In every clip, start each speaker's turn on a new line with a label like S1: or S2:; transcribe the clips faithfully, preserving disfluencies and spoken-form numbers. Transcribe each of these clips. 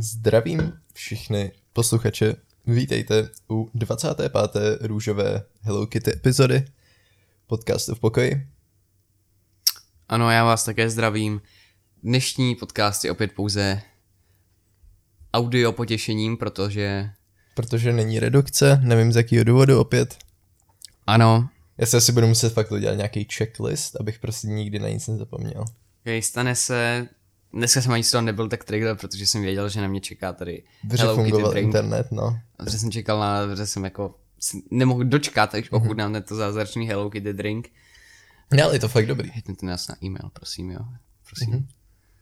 S1: Zdravím všechny posluchače, vítejte u dvacáté páté růžové Hello Kitty epizody podcastu v pokoji.
S2: Ano, já vás také zdravím. Dnešní podcast je opět pouze audio potěšením, protože...
S1: Protože není redukce, nevím z jakého důvodu opět.
S2: Ano.
S1: Já si asi budu muset fakt udělat nějaký checklist, abych prostě nikdy na nic nezapomněl.
S2: Okay, stane se... Dneska jsem ani z toho nebyl tak trigger, protože jsem věděl, že na mě čeká tady
S1: Že fungoval internet, no.
S2: A protože jsem čekal na, že jsem jako nemohl dočkat, až ochutnám mm-hmm. to zázračný Hello Kitty drink.
S1: Ne, ale je to fakt dobrý.
S2: Hejte nás na e-mail, prosím, jo. Prosím. Mm-hmm.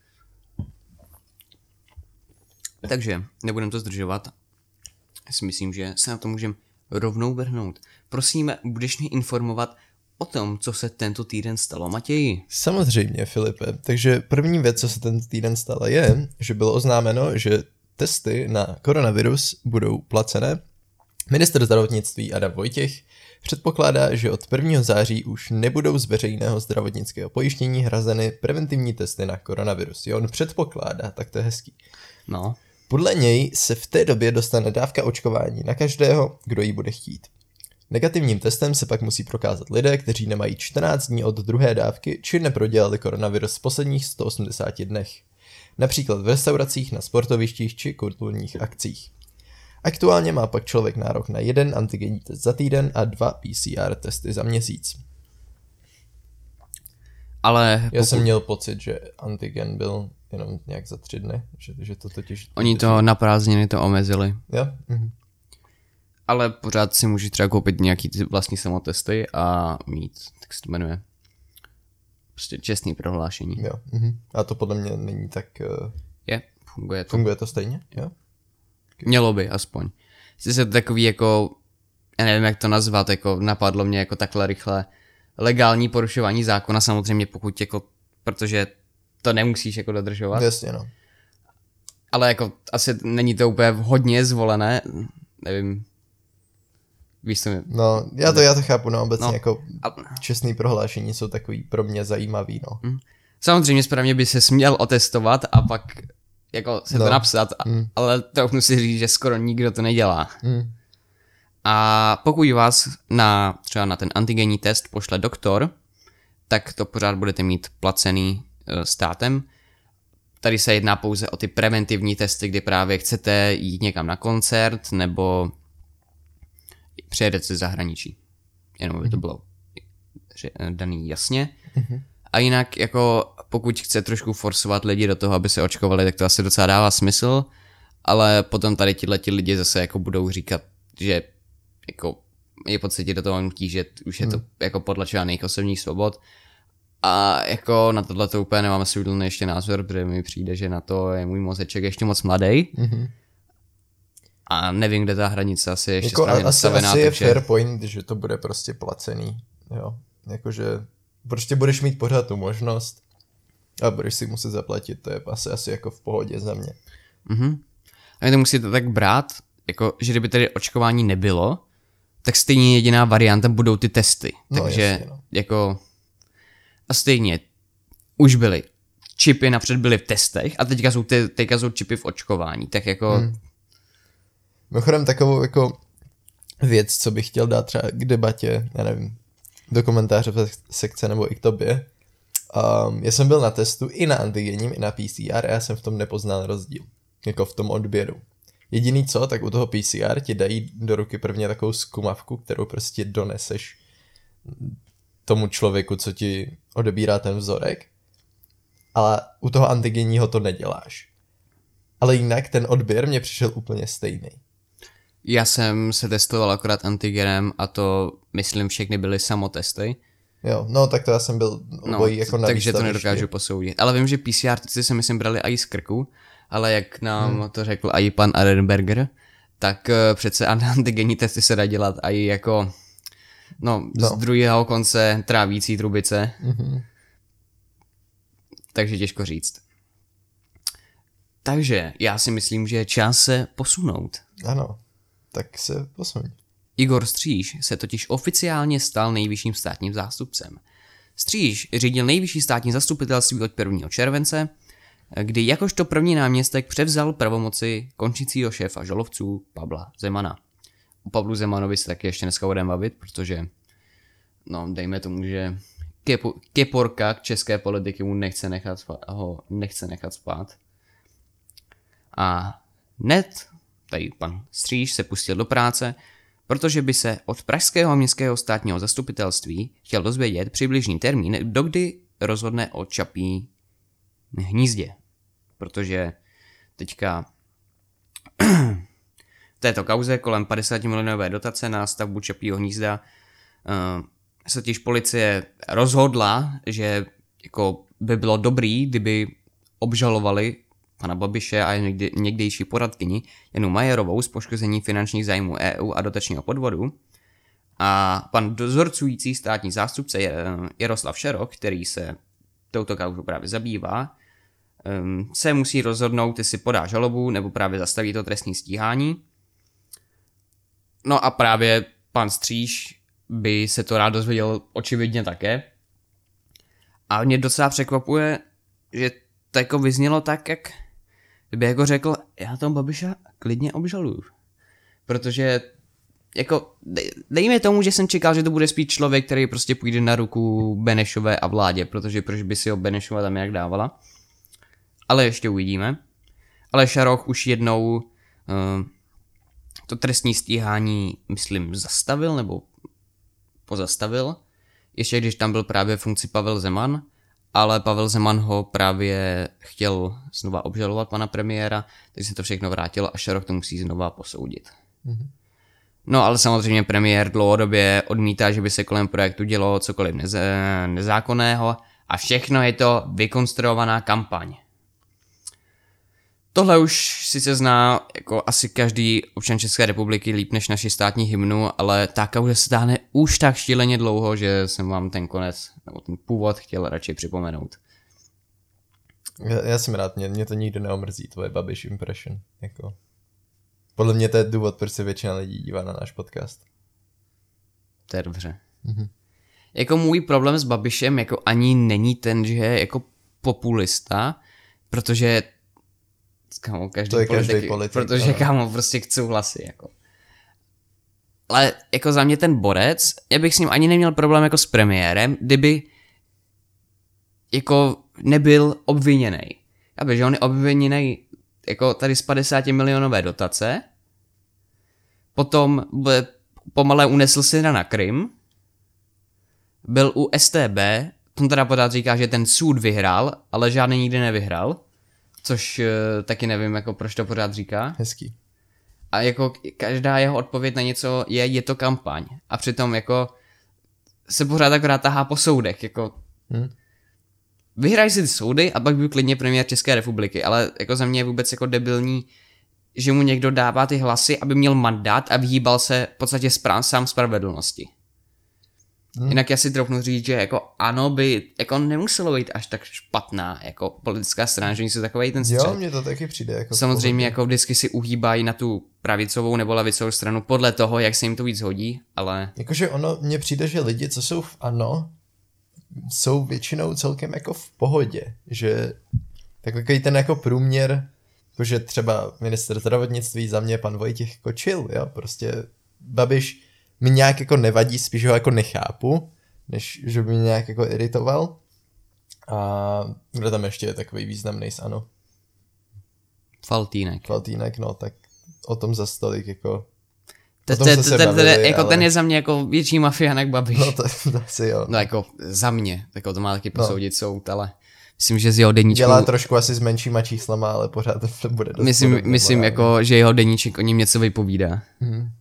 S2: Takže, nebudem to zdržovat. Já si myslím, že se na to můžeme rovnou vrhnout. Prosím, budeš mě informovat o tom, co se tento týden stalo, Matěji.
S1: Samozřejmě, Filipe. Takže první věc, co se tento týden stalo, je, že bylo oznámeno, že testy na koronavirus budou placené. Ministr zdravotnictví Adam Vojtěch předpokládá, že od prvního září už nebudou z veřejného zdravotnického pojištění hrazeny preventivní testy na koronavirus. Jo, on předpokládá, tak to je hezký.
S2: No.
S1: Podle něj se v té době dostane dávka očkování na každého, kdo ji bude chtít. Negativním testem se pak musí prokázat lidé, kteří nemají čtrnáct dní od druhé dávky, či neprodělali koronavirus v posledních sto osmdesáti dnech. Například v restauracích, na sportovištích či kulturních akcích. Aktuálně má pak člověk nárok na jeden antigenní test za týden a dva P C R testy za měsíc.
S2: Ale pokud...
S1: Já jsem měl pocit, že antigen byl jenom nějak za tři dny, že, že to totiž...
S2: Oni to na prázdniny to omezili.
S1: Jo? Mhm.
S2: Ale pořád si můžeš třeba koupit nějaký ty vlastní samotesty a mít, tak se to jmenuje, prostě čestný prohlášení.
S1: Jo. Mhm. A to podle mě není tak... Uh...
S2: Je, funguje to.
S1: Funguje to stejně? Jo? Okay.
S2: Mělo by, aspoň. Jsi se to takový jako, já nevím jak to nazvat, jako napadlo mě jako takhle rychle legální porušování zákona, samozřejmě pokud jako, protože to nemusíš jako dodržovat.
S1: Jasně, no.
S2: Ale jako asi není to úplně hodně zvolené, nevím. Víš co mi...
S1: No, já to, já to chápu, no, obecně
S2: no,
S1: jako
S2: a...
S1: čestný prohlášení jsou takový pro mě zajímavý, no.
S2: Mm. Samozřejmě správně by se směl otestovat a pak jako se no. to napsat, mm. ale trochu si říct, že skoro nikdo to nedělá.
S1: Mm.
S2: A pokud vás na třeba na ten antigenní test pošle doktor, tak to pořád budete mít placený e, státem. Tady se jedná pouze o ty preventivní testy, kdy právě chcete jít někam na koncert nebo přijedete ze zahraničí. Jenom aby to bylo daný jasně.
S1: Mm-hmm.
S2: A jinak jako pokud chce trošku forsovat lidi do toho, aby se očkovali, tak to asi docela dává smysl, ale potom tady tihleti lidi zase jako budou říkat, že jako je v podstatě do toho nutí, že už je to mm. jako potlačování jejich osobních svobod. A jako na tohle to úplně nemám světlný ještě názor, protože mi přijde, že na to je můj mozeček ještě moc mladej.
S1: Mm-hmm.
S2: A nevím, kde ta hranice asi je ještě
S1: jako
S2: správně nastavená.
S1: Asi je
S2: takže...
S1: fair point, že to bude prostě placený, jo. Jakože prostě budeš mít pořád tu možnost a budeš si muset zaplatit, to je asi, asi jako v pohodě za mě.
S2: Mhm. A vy to musíte tak brát, jako, že kdyby tady očkování nebylo, tak stejně jediná varianta budou ty testy.
S1: No,
S2: takže
S1: jasně, no.
S2: jako a stejně už byly čipy napřed byly v testech a teďka jsou, te, teďka jsou čipy v očkování, tak jako
S1: hmm. Mimochodem takovou jako věc, co bych chtěl dát třeba k debatě, já nevím, do komentáře v sekce nebo i k tobě. Um, já jsem byl na testu i na antigenním, i na P C R a já jsem v tom nepoznal rozdíl. Jako v tom odběru. Jediný co, tak u toho P C R ti dají do ruky prvně takovou zkumavku, kterou prostě doneseš tomu člověku, co ti odebírá ten vzorek. Ale u toho antigenního to neděláš. Ale jinak ten odběr mě přišel úplně stejný.
S2: Já jsem se testoval akorát antigenem a to, myslím, všechny byly samotesty.
S1: Jo, no tak to já jsem byl obojí
S2: no,
S1: jako na
S2: takže to nedokážu posoudit. Ale vím, že P C R testy se myslím brali i z krku, ale jak nám hmm. to řekl i pan Arenberger, tak uh, přece antigenní testy se dá dělat i jako no, no. z druhého konce trávící trubice.
S1: Mm-hmm.
S2: Takže těžko říct. Takže já si myslím, že je čas se posunout.
S1: Ano, tak se posuň.
S2: Igor Stříž se totiž oficiálně stal nejvyšším státním zástupcem. Stříž řídil nejvyšší státní zastupitelství od prvního července, kdy jakožto první náměstek převzal pravomoci končícího šéfa žalovců Pavla Zemana. O Pavlu Zemanovi se taky ještě dneska budeme bavit, protože no, dejme tomu, že kepo, keporka k české politiky mu nechce nechat, ho nechce nechat spát. A hned tady pan Stříž se pustil do práce, protože by se od pražského městského státního zastupitelství chtěl dozvědět přibližný termín, dokdy rozhodne o Čapí hnízdě. Protože teďka v této kauze kolem padesát milionové dotace na stavbu Čapího hnízda uh, se totiž policie rozhodla, že jako by bylo dobrý, kdyby obžalovali pana Babiše a někdy, někdejší poradkyni Janu Majerovou z poškození finančních zájmů E U a dotačního podvodu. A pan dozorcující státní zástupce Jaroslav Šeroch, který se touto kauzou právě zabývá, se musí rozhodnout, jestli podá žalobu nebo právě zastaví to trestní stíhání. No a právě pan Stříž by se to rád dozvěděl očividně také. A mě docela překvapuje, že to jako vyznělo tak, jak kdyby jako řekl, já toho Babiša klidně obžaluju. Protože jako dej, dejme tomu, že jsem čekal, že to bude spíš člověk, který prostě půjde na ruku Benešové a vládě, protože proč by si ho Benešova tam jak dávala. Ale ještě uvidíme. Ale Šaroch už jednou uh, to trestní stíhání, myslím, zastavil nebo pozastavil. Ještě když tam byl právě v funkci Pavel Zeman, ale Pavel Zeman ho právě chtěl znova obžalovat pana premiéra, takže se to všechno vrátilo a Šaroch to musí znova posoudit. Mm-hmm. No ale samozřejmě premiér dlouhodobě odmítá, že by se kolem projektu dělo cokoliv nez- nezákonného a všechno je to vykonstruovaná kampaň. Tohle už sice zná jako asi každý občan České republiky líp než naši státní hymnu, ale ta kauza se táhne už tak šíleně dlouho, že jsem vám ten konec, nebo ten původ chtěl radši připomenout.
S1: Já, já jsem rád, mě, mě to nikdo neomrzí, tvoje Babiš impression. Jako. Podle mě to je důvod, proč se většina lidí dívá na náš podcast.
S2: To je dobře.
S1: Mhm.
S2: Jako můj problém s Babišem jako ani není ten, že je jako populista, protože kámo, každý,
S1: to je
S2: politik,
S1: každý politik,
S2: protože
S1: ano.
S2: kámo, prostě chci hlasy, jako. Ale jako za mě ten borec, já bych s ním ani neměl problém jako s premiérem, kdyby jako nebyl obviněný. Já bych, že on je obviněný jako tady z padesát milionové dotace, potom pomalé unesl syna na Krym, byl u S T B, tom teda pořád říká, že ten soud vyhrál, ale žádný nikdy nevyhrál. Což uh, taky nevím, jako proč to pořád říká.
S1: Hezký.
S2: A jako každá jeho odpověď na něco je, je to kampaň. A přitom jako se pořád akorát tahá po soudech, jako hmm. vyhraj si ty soudy a pak byl klidně premiér České republiky, ale jako za mě je vůbec jako debilní, že mu někdo dává ty hlasy, aby měl mandát a vyhýbal se v podstatě spra- sám spravedlnosti. Hmm. Jinak já si troufnu říct, že jako ano by jako nemuselo být až tak špatná jako politická strana, že jsou takovej ten střed.
S1: Jo, mně to taky přijde. Jako
S2: samozřejmě jako vždycky si uhýbají na tu pravicovou nebo levicovou stranu podle toho, jak se jim to víc hodí, ale...
S1: Jakože ono, mně přijde, že lidi, co jsou v ANO, jsou většinou celkem jako v pohodě, že takový ten jako průměr, jakože třeba ministr zdravotnictví za mě pan Vojtěch Kočil, jo, prostě Babiš mi nějak jako nevadí, spíš ho jako nechápu, než že by mě nějak jako iritoval. A kdo tam ještě je takový významný z ANO?
S2: Faltýnek.
S1: Faltýnek, no tak o tom za stolik jako...
S2: Jako ten je za mě jako větší mafiánek Babiš.
S1: No to, to asi jo.
S2: No jako za mě, jako to má taky posoudit soud, ale myslím, že z jeho deníčku...
S1: Dělá trošku asi s menšíma číslama, ale pořád to bude dost
S2: Myslím,
S1: podobné,
S2: myslím jako, že jeho deníček o něm něco vypovídá.
S1: Hmm.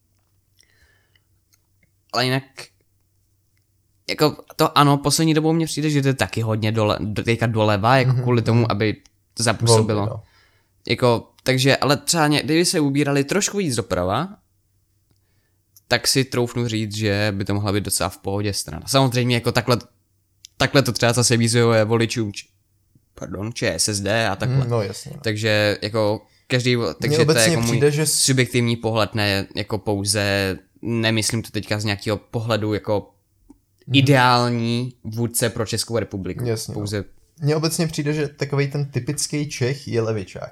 S2: Ale jinak jako to ano, poslední dobou mně přijde, že to je taky hodně dole, teďka doleva, jako mm-hmm. kvůli tomu, aby to zapůsobilo. Volby, no. Jako, takže, ale třeba ně, kdyby se ubírali trošku víc doprava, tak si troufnu říct, že by to mohla být docela v pohodě strana. Samozřejmě jako takhle, takhle to třeba zase vízuje voličům, č, pardon, ČSSD a takhle.
S1: Mm, no jasně. No.
S2: Takže jako každý, takže to je jako
S1: přijde,
S2: můj
S1: že...
S2: subjektivní pohled, ne jako pouze, nemyslím to teďka z nějakého pohledu jako mm. ideální vůdce pro Českou republiku.
S1: Jasně,
S2: pouze
S1: no. mně obecně přijde, že takovej ten typický Čech je levičák.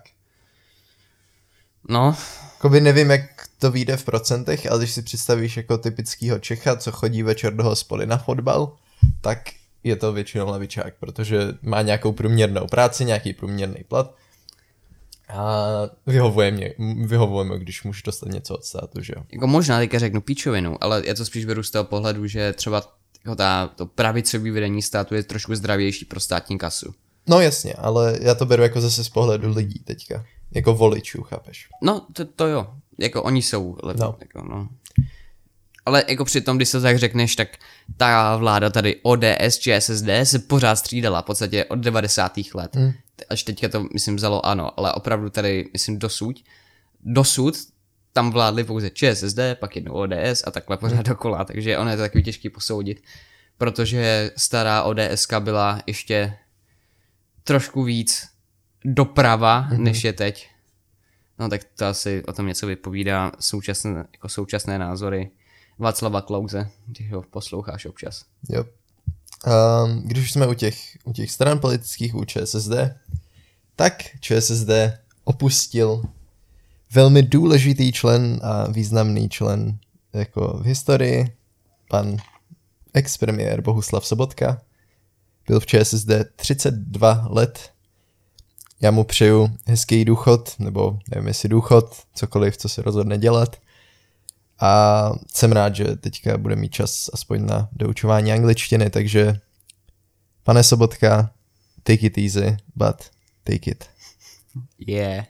S2: No.
S1: Jakoby nevím, jak to vyjde v procentech, ale když si představíš jako typickýho Čecha, co chodí večer do hospody na fotbal, tak je to většinou levičák, protože má nějakou průměrnou práci, nějaký průměrný plat a vyhovuje mě, vyhovuje mě, když můžu dostat něco od státu, že jo.
S2: Jako možná teďka řeknu píčovinu, ale já to spíš beru z toho pohledu, že třeba jako ta, to pravicové vedení státu je trošku zdravější pro státní kasu.
S1: No jasně, ale já to beru jako zase z pohledu lidí teďka, jako voličů, chápeš?
S2: No, to, to jo, jako oni jsou leví,
S1: no.
S2: Jako, no. Ale jako přitom, když to tak řekneš, tak ta vláda tady O D S, ČSSD se pořád střídala, v podstatě od devadesátých let. Mm. Až teďka to, myslím, vzalo ano, ale opravdu tady, myslím, dosud, dosud tam vládly pouze ČSSD, pak jednou O D S a takhle pořád mm. dokola, takže ono je to takový těžký posoudit, protože stará ODSka byla ještě trošku víc doprava, mm. než je teď. No tak to asi o tom něco vypovídá současné, jako současné názory Václava Klause, když ho posloucháš občas.
S1: Jo. Um, když už jsme u těch, u těch stran politických, u ČSSD, tak ČSSD opustil velmi důležitý člen a významný člen jako v historii, pan ex-premiér Bohuslav Sobotka. Byl v ČSSD třicet dva let. Já mu přeju hezký důchod, nebo nevím jestli důchod, cokoliv, co se rozhodne dělat. A jsem rád, že teďka bude mít čas aspoň na doučování angličtiny, takže pane Sobotka, take it easy, but take it.
S2: Yeah.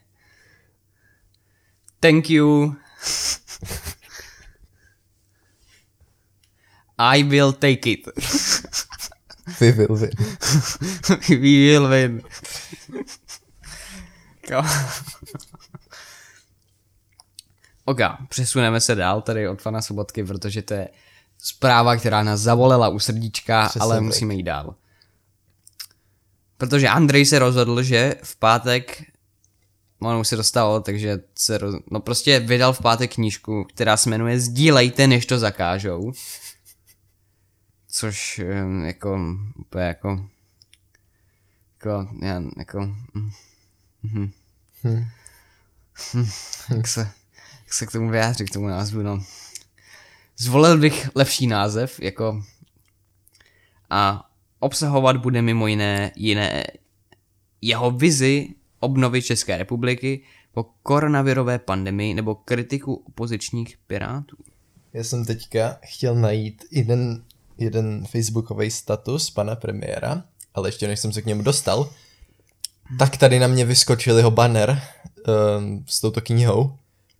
S2: Thank you. I will take it.
S1: We will win.
S2: We will win. Ok, přesuneme se dál tady od pana Sobotky, protože to je zpráva, která nás zavolela u srdíčka, přesně ale tak. Musíme jít dál. Protože Andrej se rozhodl, že v pátek, ono už se dostalo, takže se roz... no prostě vydal v pátek knížku, která se jmenuje Sdílejte, než to zakážou. Což jako, úplně jako, jako, já, jako, mm, mm, hmm. hm, jak se, jak se k tomu vyjádří, k tomu názvu, no. Zvolil bych lepší název, jako, a obsahovat bude mimo jiné, jiné jeho vizi obnovy České republiky po koronavirové pandemii nebo kritiku opozičních pirátů.
S1: Já jsem teďka chtěl najít jeden, jeden facebookový status pana premiéra, ale ještě než jsem se k němu dostal, tak tady na mě vyskočil jeho banner um, s touto knihou.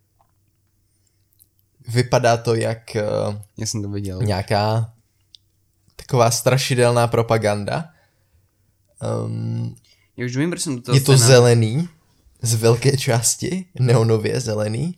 S1: Vypadá to jak uh,
S2: Já jsem to viděl.
S1: Nějaká taková strašidelná propaganda. Um,
S2: Já už vím, proč jsem to
S1: je to zelený, z velké části, neonově zelený.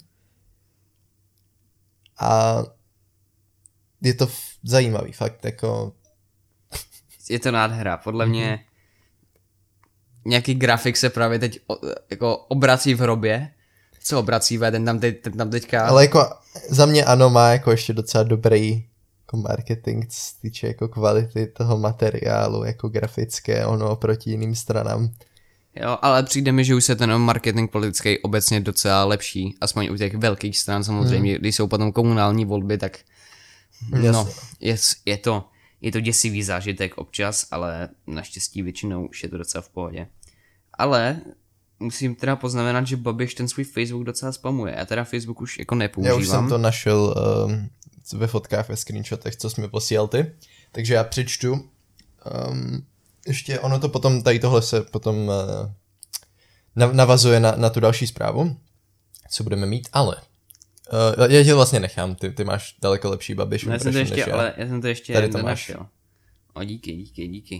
S1: A je to f- zajímavý, fakt jako...
S2: Je to nádhera, podle mě nějaký grafik se právě teď o, jako obrací v hrobě. Co obrací, ten tam, teď, ten tam teďka...
S1: Ale jako za mě ano, má jako ještě docela dobrý jako marketing, co se týče jako kvality toho materiálu, jako grafické, ono oproti jiným stranám.
S2: Jo, ale přijde mi, že už se ten marketing politický obecně docela lepší, aspoň u těch velkých stran samozřejmě, hmm. když jsou potom komunální volby, tak no, je, je, to, je to děsivý zážitek občas, ale naštěstí většinou už je to docela v pohodě. Ale musím teda poznamenat, že Babiš ten svůj Facebook docela spamuje, já teda Facebook už jako nepoužívám.
S1: Já už jsem to našel um, ve fotkách, ve screenshotech, co jsi mi posílal ty, takže já přečtu. Um, ještě ono to potom, tady tohle se potom uh, navazuje na, na tu další zprávu, co budeme mít, ale uh, já tě vlastně nechám, ty, ty máš daleko lepší Babiš.
S2: No, já jsem to ještě, ale já jsem to ještě
S1: tady to nenašel.
S2: O, díky, díky, díky.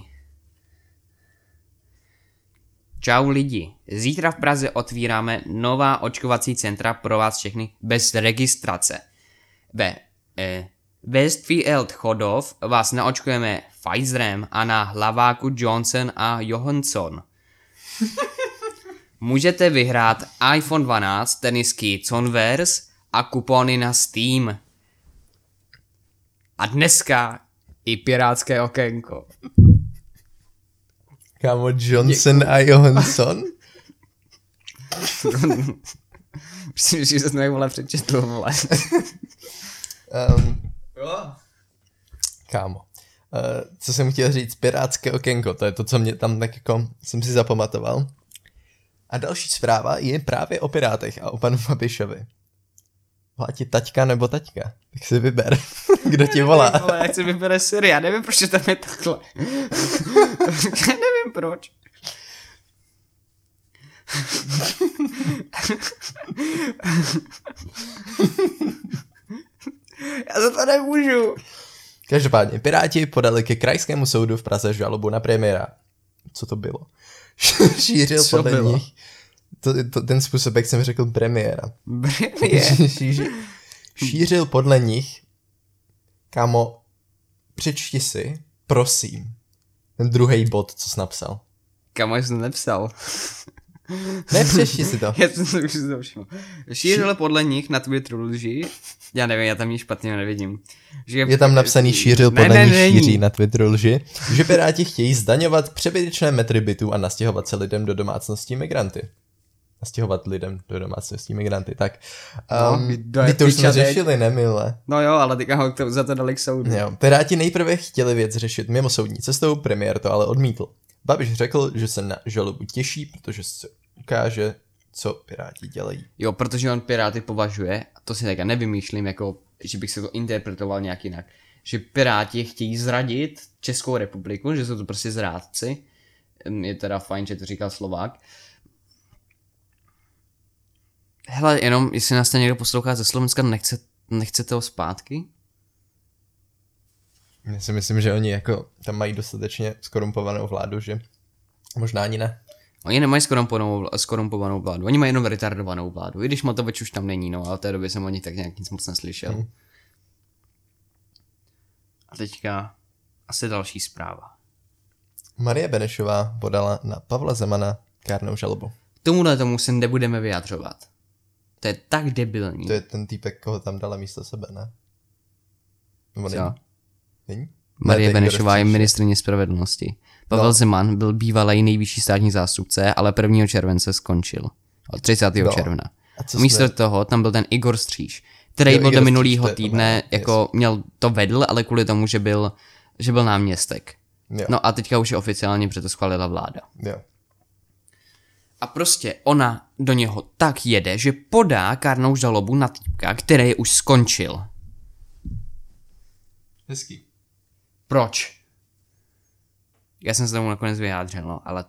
S2: Čau lidi, zítra v Praze otvíráme nová očkovací centra pro vás všechny bez registrace. Ve eh, Westfield Chodov vás naočkujeme Pfizerem a na Hlaváku Johnson a Johansson. Můžete vyhrát iPhone dvanáct, tenisky Converse a kupony na Steam. A dneska i pirátské okénko.
S1: Kámo, Johnson a Johansson?
S2: Myslím, že jsi to jak vole přečetl, vole.
S1: um, kámo. Uh, co jsem chtěl říct, pirátské okénko, to je to, co mě tam tak jako jsem si zapamatoval. A další zpráva je právě o Pirátech a o panu Babišovi. Volá ti taťka nebo taťka? Tak si vyber, kdo ti volá.
S2: Nevím, vole, jak si vybere Siri, já nevím, proč je tam je takhle. Já nevím proč. Já za to nemůžu.
S1: Každopádně, Piráti podali ke krajskému soudu v Praze žalobu na premiéra. Co to bylo? Šířil
S2: Co
S1: podle
S2: bylo?
S1: nich to, to, ten způsob, jak jsem řekl, premiéra.
S2: Premiér.
S1: Šířil, šířil podle nich, kámo, přečti si, prosím, ten druhý bod, co jsi napsal.
S2: Kamo, jsem to nepsal.
S1: Ne, přečti si to.
S2: Já jsem to už si to všiml. Šířil podle nich na Twitteru lži. Já nevím, já tam nic špatného nevidím. Že
S1: Je tam napsaný šířil
S2: Ne,
S1: podle
S2: ne,
S1: nich
S2: není.
S1: šíří na Twitteru lži, že Piráti chtějí zdaňovat přebytečné metry bytů a nastěhovat se lidem do domácností migranty. Nastěhovat lidem do domácností migranty, tak.
S2: No,
S1: Um,
S2: kdo
S1: no,
S2: je
S1: to už jsme
S2: piča teď?
S1: řešili, ne, mile.
S2: No jo, ale teďka ho to, za to dali k soudu.
S1: Jo. Piráti nejprve chtěli věc řešit mimo soudní cestou, premiér to ale odmítl. Babiš řekl, že se na žalobu těší, protože se ukáže, co Piráti dělají.
S2: Jo, protože on Piráty považuje, a to si teďka nevymýšlím, jako, že bych se to interpretoval nějak jinak, že Piráti chtějí zradit Českou republiku, že jsou to prostě zrádci. Je teda fajn, že to říkal Slovák. Hele, jenom, jestli nás to někdo poslouchá ze Slovenska, nechce, nechcete ho zpátky?
S1: Já si myslím, že oni jako tam mají dostatečně skorumpovanou vládu, že možná ani ne.
S2: Oni nemají skorumpovanou, skorumpovanou vládu, oni mají jenom retardovanou vládu, i když Matovič už tam není, no, ale v té době jsem o nich tak nějak nic moc neslyšel. Hmm. A teďka asi další zpráva.
S1: Marie Benešová podala na Pavla Zemana kárnou žalobu.
S2: Tomuhle tomu se nebudeme vyjadřovat. To je tak debilní.
S1: To je ten týpek, koho tam dala místo sebe, ne? Nebo
S2: Co?
S1: není? Není?
S2: Marie
S1: Ne, to je
S2: Benešová je
S1: Igor Stříž.
S2: ministryně spravedlnosti. Pavel
S1: No.
S2: Zeman byl bývalý nejvyšší státní zástupce, ale prvního července skončil. Od třicátého
S1: No.
S2: června.
S1: A co
S2: Místo
S1: jsme...
S2: toho tam byl ten Igor Stříž, který
S1: Jo,
S2: byl
S1: Igor
S2: do
S1: Stříž,
S2: minulého
S1: to je to
S2: týdne,
S1: jméno,
S2: jako měl to vedl, ale kvůli tomu, že byl, že byl náměstek.
S1: Jo.
S2: No a teďka už je oficiálně, protože to schválila vláda.
S1: Jo.
S2: A prostě ona do něho tak jede, že podá kárnou žalobu na týpka, který už skončil.
S1: Hezký.
S2: Proč? Já jsem se tomu nakonec vyjádřil, no, ale...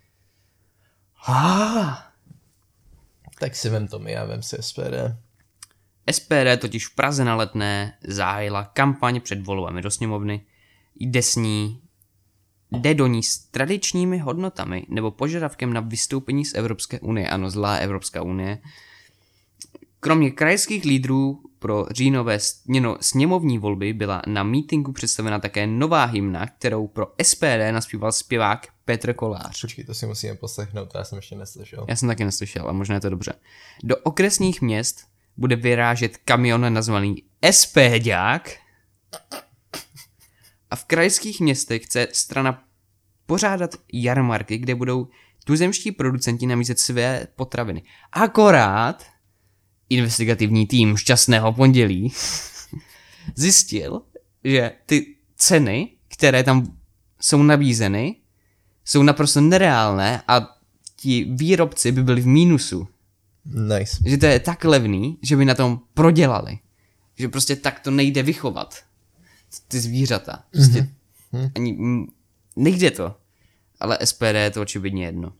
S2: Ah.
S1: Tak si vem to mi, já vem si S P D.
S2: S P D totiž v Praze na Letné zahájila kampaň před volbami do sněmovny. Jde s ní, jde do ní s tradičními hodnotami nebo požadavkem na vystoupení z Evropské unie. Ano, zlá Evropská unie. Kromě krajských lídrů pro říjnové sněno, sněmovní volby byla na mítinku představena také nová hymna, kterou pro S P D naspíval zpěvák Petr Kolář.
S1: Počkej, to si musíme poslechnout, to já jsem ještě neslyšel.
S2: Já jsem taky neslyšel, a možná je to dobře. Do okresních měst bude vyrážet kamion nazvaný SPďák a v krajských městech chce strana pořádat jarmarky, kde budou tuzemští producenti namízet své potraviny. Akorát investigativní tým Šťastného pondělí zjistil, že ty ceny, které tam jsou nabízeny, jsou naprosto nereálné a ti výrobci by byli v mínusu.
S1: Nice.
S2: Že to je tak levný, že by na tom prodělali. Že prostě tak to nejde vychovat. Ty zvířata. Prostě
S1: mm-hmm.
S2: ani m, nejde to. Ale S P D je to očividně jedno.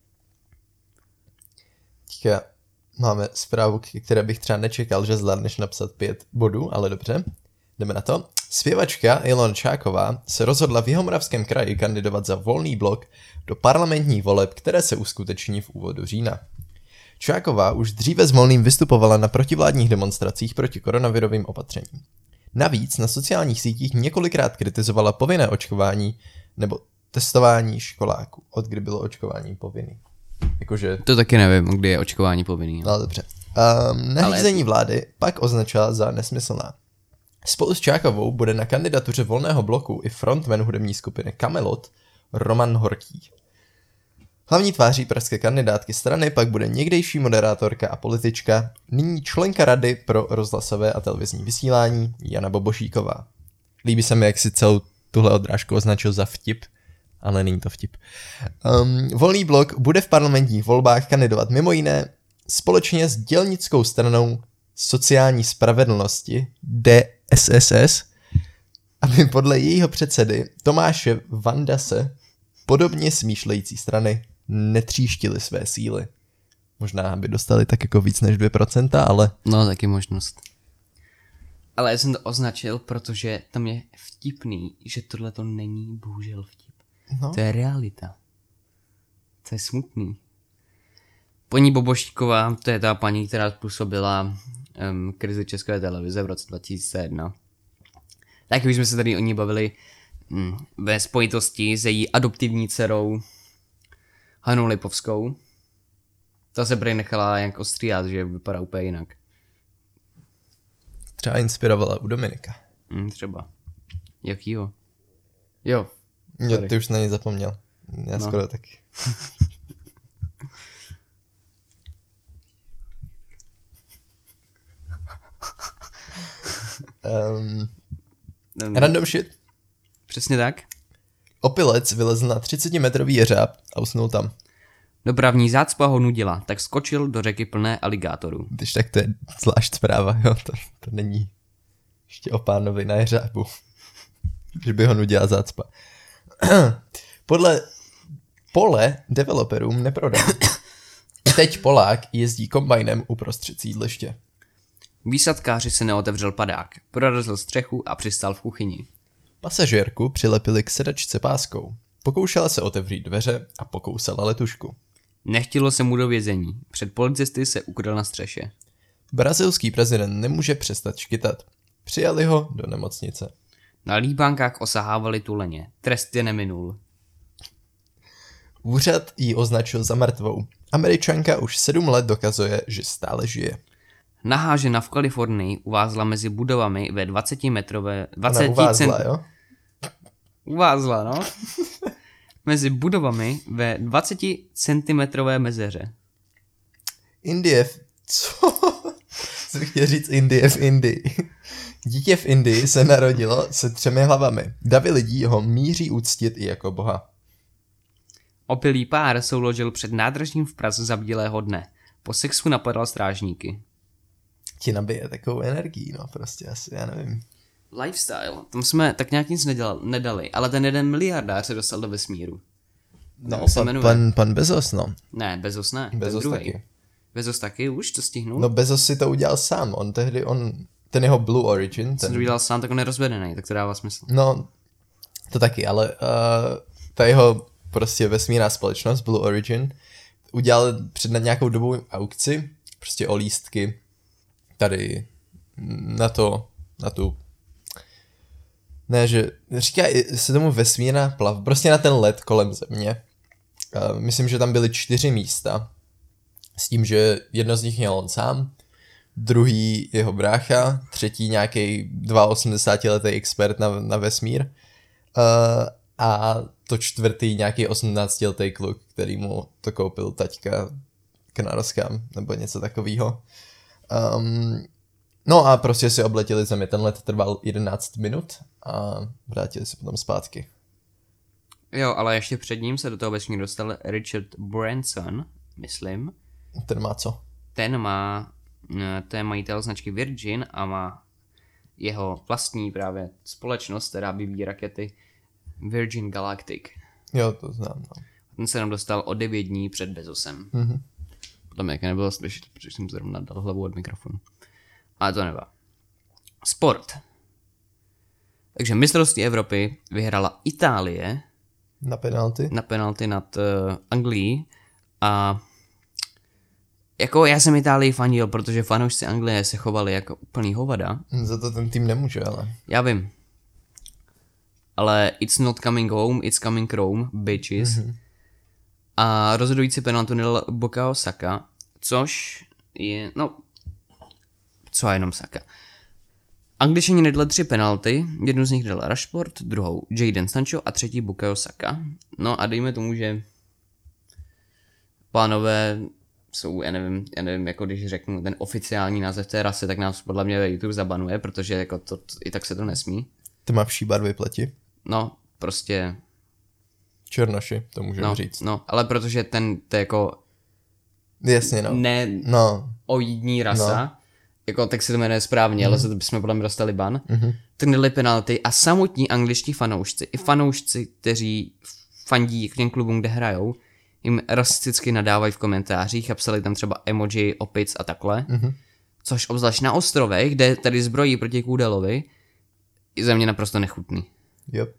S1: Teďka máme zprávu, které bych třeba nečekal, že zvládneš napsat pět bodů, ale dobře. Jdeme na to. Zpěvačka Ilona Čáková se rozhodla v Jihomoravském kraji kandidovat za Volný blok do parlamentních voleb, které se uskuteční v úvodu října. Čáková už dříve s Volným vystupovala na protivládních demonstracích proti koronavirovým opatřením. Navíc na sociálních sítích několikrát kritizovala povinné očkování nebo testování školáků, od kdy bylo očkování povinný. Jakože...
S2: To taky nevím, kdy je očkování povinný.
S1: No dobře. Um, nařízení vlády pak označila za nesmyslná. Spolu s Čákovou bude na kandidatuře Volného bloku i frontman hudební skupiny Kamelot Roman Horký. Hlavní tváří pražské kandidátky strany pak bude někdejší moderátorka a politička, nyní členka Rady pro rozhlasové a televizní vysílání Jana Bobošíková. Líbí se mi, jak si celou tuhle odrážku označil za vtip, ale není to vtip. Um, Volný blok bude v parlamentních volbách kandidovat mimo jiné společně s dělnickou stranou sociální spravedlnosti D S S S, aby podle jejího předsedy Tomáše Vandase podobně smýšlející strany netříštily své síly. Možná by dostali tak jako víc než dvě procenta, ale...
S2: No, taky možnost. Ale já jsem to označil, protože tam je vtipný, že tohle to není bohužel vtip. No. To je realita. To je smutný. Paní Bobošíková, to je ta paní, která způsobila um, krizi České televize v roce dva tisíce jedna. Tak už jsme se tady o ní bavili um, ve spojitosti s její adoptivní dcerou Hanou Lipovskou. Ta se prý nechala jak ostříhat, že vypadá úplně jinak.
S1: Třeba inspirovala u Dominika.
S2: Hmm, třeba. Jakýho? Jo.
S1: Jo, ty už na něj zapomněl. Já no. Skoro taky. um, random shit.
S2: Přesně tak.
S1: Opilec vylezl na třicetimetrový jeřáb a usnul tam.
S2: Dopravní zácpa ho nudila, tak skočil do řeky plné aligátorů.
S1: Když tak to je zvlášť zpráva, jo, to, to není ještě o pánovi na jeřábu, že by ho nudila zácpa. Podle Pole developerům neprodal. Teď Polák jezdí kombajnem uprostřed sídliště.
S2: Výsadkáři se neotevřel padák, prorazil střechu a přistál v kuchyni.
S1: Pasažérku přilepili k sedačce páskou. Pokoušela se otevřít dveře a pokousala letušku.
S2: Nechtělo se mu do vězení. Před policisty se ukryl na střeše.
S1: Brazilský prezident nemůže přestat škytat. Přijali ho do nemocnice.
S2: Na líbánkách osahávali tuleně. Trest je neminul.
S1: Úřad ji označil za mrtvou. Američanka už sedm let dokazuje, že stále žije.
S2: Nahá žena v Kalifornii uvázla mezi budovami ve dvacetimetrové...
S1: dvacet Ona uvázla, cent... jo?
S2: Uvázla, no. Mezi budovami ve dvacetimetrové mezeře.
S1: Indie v... Co? Jsem chtěl říct Indie v Indii. Dítě v Indii se narodilo se třemi hlavami. Davy lidí ho míří uctit i jako boha.
S2: Opilý pár souložil před nádražím v Praze za bílého dne. Po sexu napadal strážníky.
S1: Ti nabije takovou energii, no prostě asi, já nevím.
S2: Lifestyle, tam jsme tak nějak nic nedělali, nedali, ale ten jeden miliardář se dostal do vesmíru.
S1: No, pan, pan, pan Bezos, no.
S2: Ne, Bezos ne,
S1: Bezos taky.
S2: Bezos taky už to stihnul?
S1: No Bezos si to udělal sám, on tehdy, on, ten jeho Blue Origin. Ten...
S2: Jsem to udělal sám, tak on je rozvedený, tak to dává smysl.
S1: No, to taky, ale uh, ta jeho prostě vesmírná společnost Blue Origin udělal před nějakou dobou aukci, prostě o lístky tady na to, na tu, ne, že říká se tomu vesmírná plav, prostě na ten let kolem země. Uh, myslím, že tam byly čtyři místa, s tím, že jedno z nich měl on sám, druhý jeho brácha, třetí nějaký osmdesátiletý expert na, na vesmír uh, a to čtvrtý nějaký osmnáctiletý kluk, který mu to koupil taťka k narozkám nebo něco takového. Um, no a prostě si obletěli zemi. Ten let trval jedenáct minut a vrátili se potom zpátky.
S2: Jo, ale ještě před ním se do toho vesmíru dostal Richard Branson, myslím.
S1: Ten má co?
S2: Ten má, to je majitel značky Virgin a má jeho vlastní právě společnost, která vyvíjí rakety Virgin Galactic.
S1: Jo, to znám, no.
S2: Ten se nám dostal o devět dní před Bezosem.
S1: Mm-hmm.
S2: Potom jak nebylo slyšet, protože jsem zrovna dal hlavu od mikrofonu. Ale to nevá. Sport. Takže mistrovství Evropy vyhrála Itálie.
S1: Na penalty?
S2: Na penalty nad uh, Anglií. A jako já jsem Itálii fandil, protože fanoušci Anglie se chovali jako úplný hovada.
S1: Za to ten tým nemůže, ale.
S2: Já vím. Ale it's not coming home, it's coming home, bitches. Mm-hmm. A rozhodující penaltu dal Bukayo Saka, což je, no, co a jenom Saka. Angličani nedali tři penalty, jednu z nich dal Rashford, druhou Jadon Sancho a třetí Bukayo Saka. No a dejme tomu, že pánové jsou, já nevím, já nevím, jako když řeknu ten oficiální název té rasy, tak nás podle mě YouTube zabanuje, protože jako to, to, i tak se to nesmí.
S1: Tmavší barvy pleti.
S2: No, prostě...
S1: Černoši, to můžeme
S2: no,
S1: říct.
S2: No, ale protože ten, to jako...
S1: Jasně, no.
S2: Ne
S1: no.
S2: ojídní rasa, no. Jako tak se to jmenuje správně, mm. ale se to bychom podle mě dostali ban,
S1: mm-hmm.
S2: tak nedali penalty a samotní angličtí fanoušci, i fanoušci, kteří fandí k těm klubům, kde hrajou, jim rasisticky nadávají v komentářích a psali tam třeba emoji, opic a takhle,
S1: mm-hmm.
S2: což obzvlášť na ostrovech, kde tady zbrojí proti Kůdelovi, je za mě naprosto nechutný.
S1: Yep.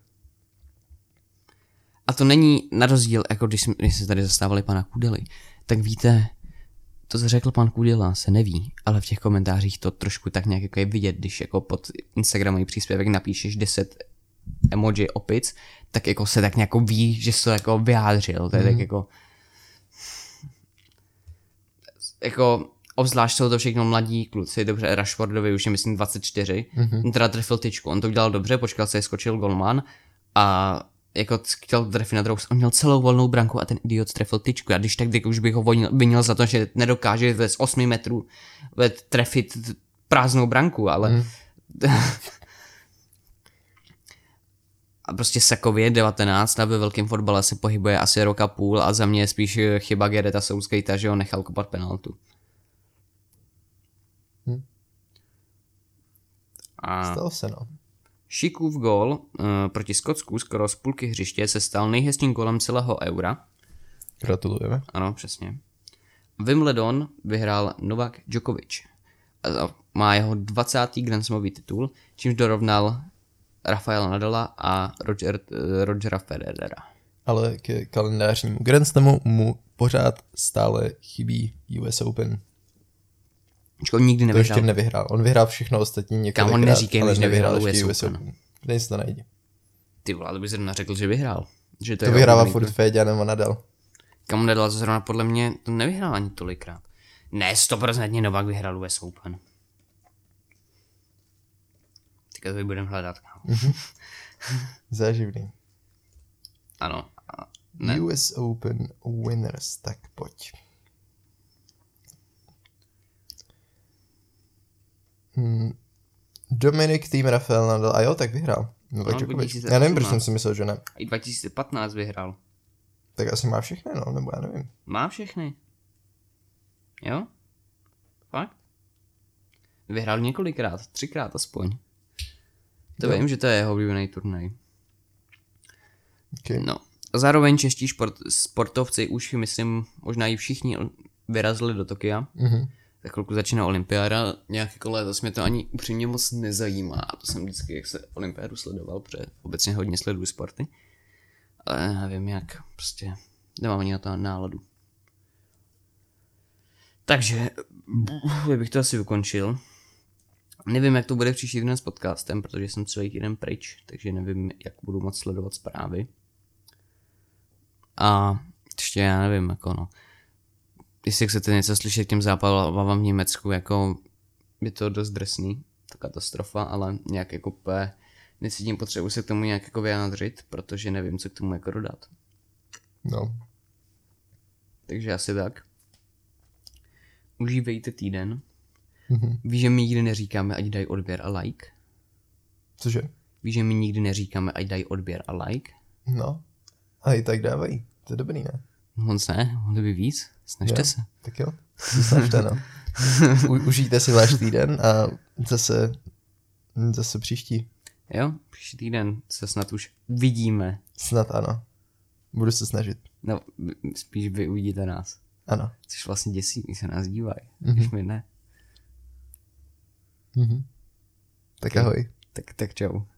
S2: A to není na rozdíl, jako když jsme, když jsme tady zastávali pana Kůdely, tak víte, to, co řekl pan Kůdela, se neví, ale v těch komentářích to trošku tak nějak jako je vidět, když jako pod Instagramový příspěvek napíšeš deset emoji opic, tak jako se tak nějak ví, že jsi to jako vyjádřil, to je mm. tak jako jako obzvlášť jsou to všechno mladí kluci, dobře, Rashfordovi už je myslím dvacet čtyři, mm-hmm. on teda trefil tyčku, on to udělal dobře, počkal se, skočil golman a jako chtěl trefit na druhou, on měl celou volnou branku a ten idiot trefil tyčku a když tak, tak už bych ho vinil za to, že nedokáže z osmi metrů trefit prázdnou branku, ale mm. a prostě Sakově devatenáct a ve velkém fotbale se pohybuje asi rok a půl a za mě je spíš chyba Gareta Southgatea, že ho nechal kopat penaltu.
S1: Hmm.
S2: A
S1: stalo se, no.
S2: Šikův gól uh, proti Skotsku skoro z půlky hřiště se stal nejhezčím gólem celého Eura.
S1: Gratulujeme.
S2: Ano, přesně. Wimbledon vyhrál Novak Djokovic. A má jeho dvacátý Grand Slamový titul, čímž dorovnal Rafaela Nadala a Roger, Rogera Federera.
S1: Ale k kalendářnímu Grand Slamu mu pořád stále chybí U S Open.
S2: On nikdy nevyhrál.
S1: To ještě nevyhrál. On vyhrál všechno ostatní několikrát.
S2: Kam on neříkej,
S1: ale
S2: než nevyhrál
S1: ještě
S2: U S Open.
S1: Open. Kde si to najde.
S2: Ty vole, ale bys zrovna řekl, že vyhrál. Že to
S1: to vyhrává furt Féďa nebo Nadal.
S2: Kam Nadal zrovna podle mě to nevyhrál ani tolikrát. Ne, sto procent Novak vyhrál U S Open. Teďka to budeme hledat.
S1: Mm-hmm. Záživný.
S2: Ano. Ne.
S1: U S Open winners, tak pojď. Hmm. Dominik Thiem, Rafael Nadal, a jo, tak vyhrál. No, tak no, já nevím, proč jsem si myslel, že ne.
S2: I dva tisíce patnáct vyhrál.
S1: Tak asi má všechny, no, nebo já nevím.
S2: Má všechny. Jo? Fakt? Vyhrál několikrát, třikrát aspoň. To jo. Vím, že to je jeho oblíbený turnaj.
S1: Okay.
S2: No. Zároveň čeští šport, sportovci už, myslím, možná i všichni vyrazili do Tokia.
S1: Mm-hmm.
S2: Za chvilku začíná olympiáda, nějaké kole, to mě to ani upřímně moc nezajímá. A to jsem vždycky, jak se olympiádu sledoval, protože obecně hodně sleduju sporty. Ale nevím jak, prostě nemám ani na to náladu. Takže, já bych to asi ukončil. Nevím, jak to bude příští týden s podcastem, protože jsem celý týden pryč, takže nevím, jak budu moc sledovat zprávy. A ještě já nevím, jako no. Jestli chcete něco slyšet k těm záplavám v Německu, jako je to dost drsný, to katastrofa, ale nějak jako p necítím potřebu se k tomu nějak jako vyjádřit, protože nevím, co k tomu jako dodat.
S1: No.
S2: Takže asi tak. Užívejte týden.
S1: Mm-hmm.
S2: Víš, že my nikdy neříkáme, ať dají odběr a like?
S1: Cože?
S2: Víš, že my nikdy neříkáme, ať dají odběr a like?
S1: No. A i tak dávají. To je dobrý, ne?
S2: Moc ne, mohli by víc. Snažte
S1: jo.
S2: se.
S1: Tak jo, snažte, no. U, užijte si váš týden a zase, zase příští.
S2: Jo, příští týden se snad už uvidíme.
S1: Snad ano. Budu se snažit.
S2: No, spíš vy uvidíte nás.
S1: Ano.
S2: Což vlastně děsí, když se nás dívají.
S1: Mm-hmm.
S2: Když my ne.
S1: Mm-hmm. Tak ahoj.
S2: Tak, tak čau.